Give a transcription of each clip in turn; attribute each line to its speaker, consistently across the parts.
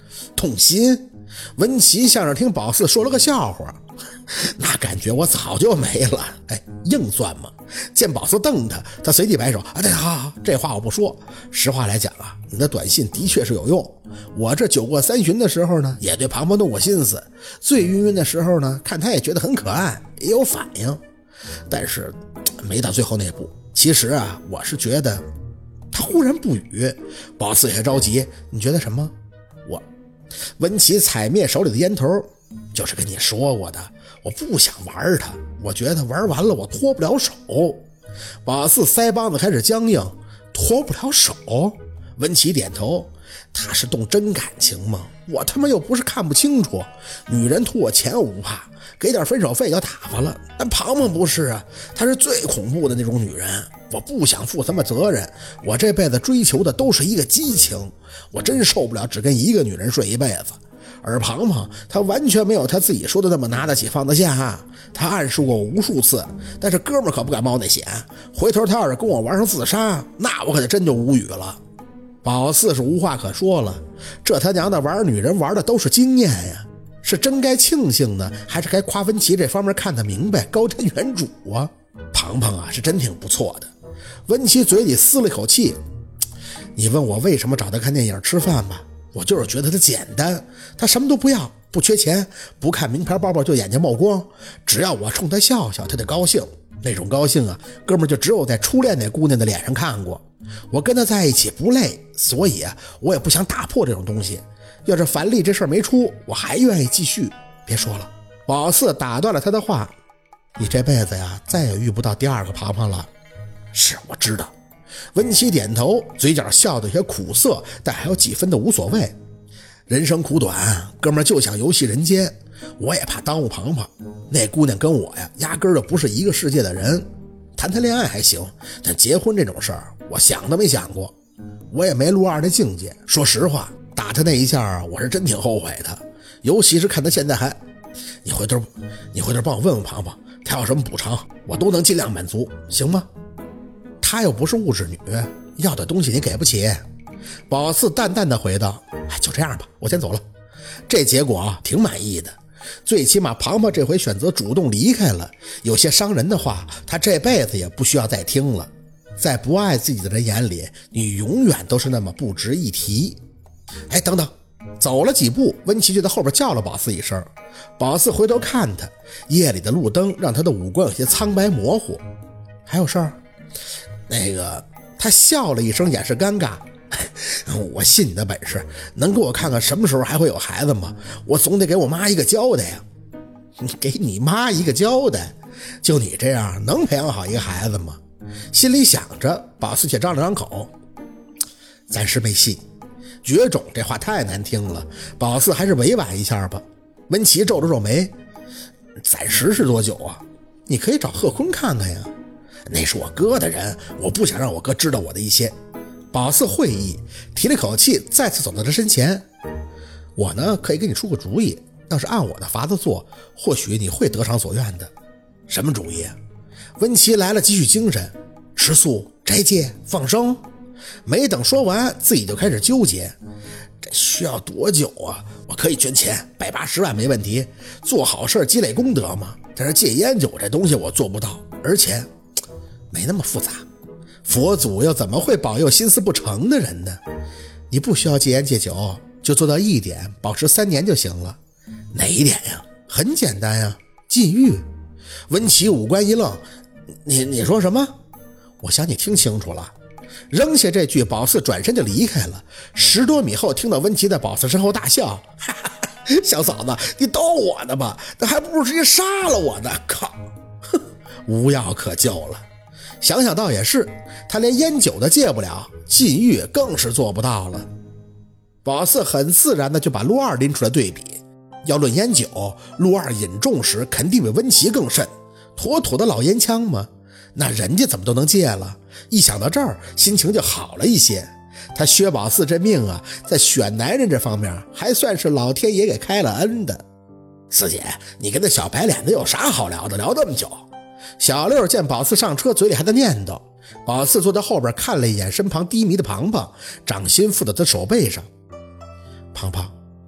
Speaker 1: 痛心？文琪像是听宝四说了个笑话，那感觉我早就没了。硬算嘛。见宝四瞪他随即摆手，对，好，这话我不说。实话来讲啊，你的短信的确是有用。我这酒过三巡的时候呢，也对庞庞动过心思。醉晕晕的时候呢，看他也觉得很可爱，也有反应，但是没到最后那步。其实啊，我是觉得他忽然不语，宝四也着急。你觉得什么？文琪踩灭手里的烟头，就是跟你说过的，我不想玩他，我觉得玩完了我脱不了手。宝四腮帮子开始僵硬，脱不了手？文琪点头，他是动真感情吗？我他妈又不是看不清楚，女人图我钱我不怕，给点分手费就打发了，但庞庞不是啊，她是最恐怖的那种女人，我不想负什么责任，我这辈子追求的都是一个激情，我真受不了只跟一个女人睡一辈子。而庞庞他完全没有他自己说的那么拿得起放得下，他暗示过我无数次，但是哥们可不敢冒那险，回头他要是跟我玩上自杀，那我可真就无语了。宝四是无话可说了，这他娘的玩女人玩的都是经验呀，是真该庆幸呢，还是该夸文琪这方面看得明白，高瞻远瞩啊？庞庞啊是真挺不错的。文琪嘴里撕了一口气，你问我为什么找他看电影吃饭吧，我就是觉得他简单，他什么都不要，不缺钱，不看名牌包包就眼睛冒光，只要我冲他笑笑他就高兴，那种高兴啊，哥们就只有在初恋那姑娘的脸上看过。我跟他在一起不累，所以啊，我也不想打破这种东西。要是樊丽这事儿没出，我还愿意继续。别说了，宝四打断了他的话，你这辈子呀，再也遇不到第二个庞庞了。是，我知道。文琪点头，嘴角笑得有些苦涩，但还有几分的无所谓。人生苦短，哥们就想游戏人间，我也怕耽误庞庞。那姑娘跟我呀，压根儿就不是一个世界的人。谈恋爱还行，但结婚这种事儿，我想都没想过。我也没陆二的境界。说实话，打他那一下，我是真挺后悔的。尤其是看他现在还……你回头帮我问问庞庞，他要什么补偿，我都能尽量满足，行吗？他又不是物质女，要的东西你给不起。宝四淡淡的回道：“就这样吧，我先走了。”这结果啊，挺满意的。最起码庞庞这回选择主动离开了，有些伤人的话他这辈子也不需要再听了。在不爱自己的人眼里，你永远都是那么不值一提。等等，走了几步，温琪就在后边叫了宝四一声。宝四回头看他，夜里的路灯让他的五官有些苍白模糊。还有事儿？他笑了一声，掩饰尴尬。我信你的本事，能给我看看什么时候还会有孩子吗？我总得给我妈一个交代呀。你给你妈一个交代？就你这样能培养好一个孩子吗？心里想着，宝四却张了张口，暂时没戏。绝种这话太难听了，宝四还是委婉一下吧。温琪皱了皱眉，暂时是多久啊？你可以找贺坤看看呀。那是我哥的人，我不想让我哥知道我的一些。宝四会意，提了口气，再次走到他身前。我呢，可以给你出个主意，要是按我的法子做，或许你会得偿所愿的。什么主意啊？温琪来了，积蓄精神。吃素、斋戒、放生。没等说完，自己就开始纠结。这需要多久啊？我可以捐钱，180万没问题，做好事积累功德嘛。但是戒烟酒这东西我做不到，而且没那么复杂。佛祖又怎么会保佑心思不诚的人呢？你不需要戒烟戒酒，就做到一点，保持3年就行了。哪一点呀？很简单呀，禁欲。温琪五官一愣，你说什么？我想你听清楚了。扔下这句，宝四转身就离开了。10多米后，听到温琪在宝四身后大笑，哈哈，小嫂子，你逗我呢吧？那还不如直接杀了我呢！靠，哼，无药可救了。想想倒也是，他连烟酒都戒不了，禁欲更是做不到了。宝四很自然的就把陆二拎出来对比，要论烟酒，陆二饮重时肯定比温琪更甚，妥妥的老烟枪嘛。那人家怎么都能戒了？一想到这儿，心情就好了一些。他薛宝四这命啊，在选男人这方面还算是老天爷给开了恩的。四姐，你跟那小白脸子有啥好聊的？聊这么久。小六见宝四上车，嘴里还在念叨。宝四坐在后边看了一眼身旁低迷的庞庞，掌心附到他手背上。庞庞，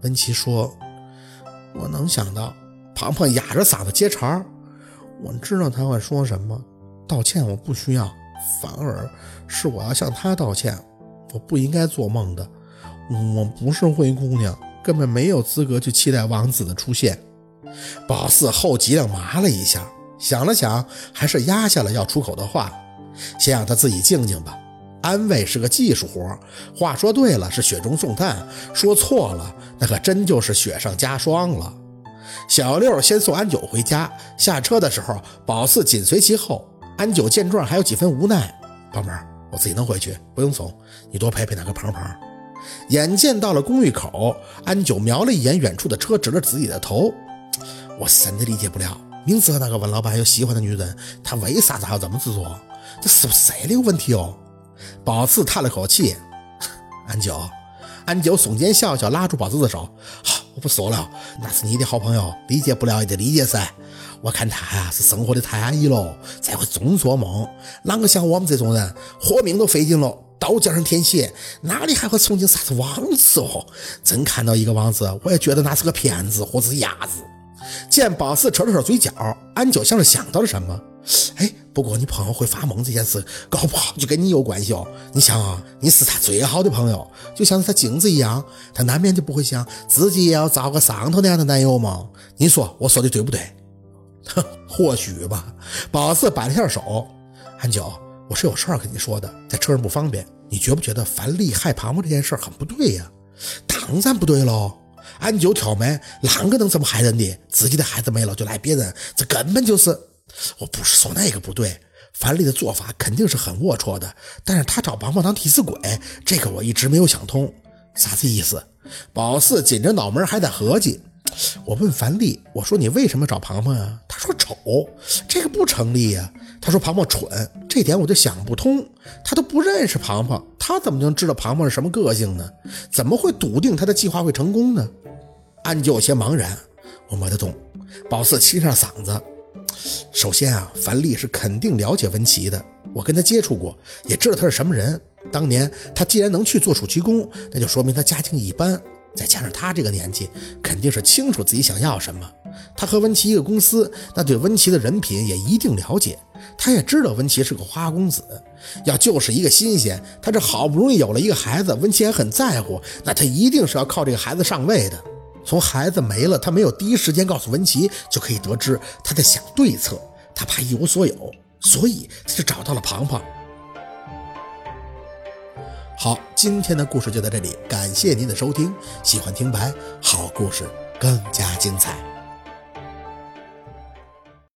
Speaker 1: 文琪说，我能想到。庞庞哑着嗓子接茬，我知道他会说什么，道歉我不需要，反而是我要向他道歉，我不应该做梦的，我不是灰姑娘，根本没有资格去期待王子的出现。宝四后脊梁麻了一下，想了想，还是压下了要出口的话，先让他自己静静吧。安慰是个技术活，话说对了是雪中送炭，说错了那可真就是雪上加霜了。小六先送安九回家，下车的时候宝四紧随其后。安九见状还有几分无奈，宝妹儿，我自己能回去，不用送，你多陪陪那个庞庞。眼见到了公寓口，安九瞄了一眼远处的车，指了自己的头，我真的理解不了，明知道那个文老板有喜欢的女人，他为啥子还要这么自作？这是不是谁的有问题哦？宝四叹了口气，安九耸肩笑笑，拉住宝四的手，好，我不说了，那是你的好朋友，理解不了也得理解噻。我看他呀是生活的太安逸了，才会总做梦。啷个像我们这种人，活命都费尽了，刀尖上舔血，哪里还会憧憬啥子王子哦？真看到一个王子，我也觉得那是个骗子或者是鸭子。见宝四扯了扯嘴角，安九像是想到了什么，不过你朋友会发梦这件事，搞不好就跟你有关系哦。你想啊，你是他最好的朋友，就像是他镜子一样，他难免就不会想自己也要找个上头那样的男友吗？你说我说的对不对？或许吧。宝四摆了下手，安九，我是有事儿跟你说的，在车上不方便，你觉不觉得樊丽害庞庞这件事很不对呀？当然不对喽。安九挑眉，啷个能这么害人的？自己的孩子没了就赖别人，这根本就是……我不是说那个不对，樊丽的做法肯定是很龌龊的，但是他找庞庞当替死鬼，这个我一直没有想通。啥子意思？宝四紧着脑门还在合计。我问樊丽，我说你为什么找庞庞啊？他说丑，这个不成立啊。他说庞庞蠢，这点我就想不通，他都不认识庞庞，他怎么能知道庞庞是什么个性呢？怎么会笃定他的计划会成功呢？安九有些茫然，我摸得懂。宝四清上嗓子，首先啊，樊丽是肯定了解文琪的，我跟他接触过，也知道他是什么人。当年他既然能去做暑期工，那就说明他家境一般，再加上他这个年纪，肯定是清楚自己想要什么。他和文琪一个公司，那对文琪的人品也一定了解。他也知道文琪是个花花公子，要就是一个新鲜，他这好不容易有了一个孩子，文琪还很在乎，那他一定是要靠这个孩子上位的。从孩子没了，他没有第一时间告诉文琪，就可以得知他在想对策，他怕一无所有，所以他就找到了庞庞。好，今天的故事就到这里，感谢您的收听，喜欢听白，好故事更加精彩。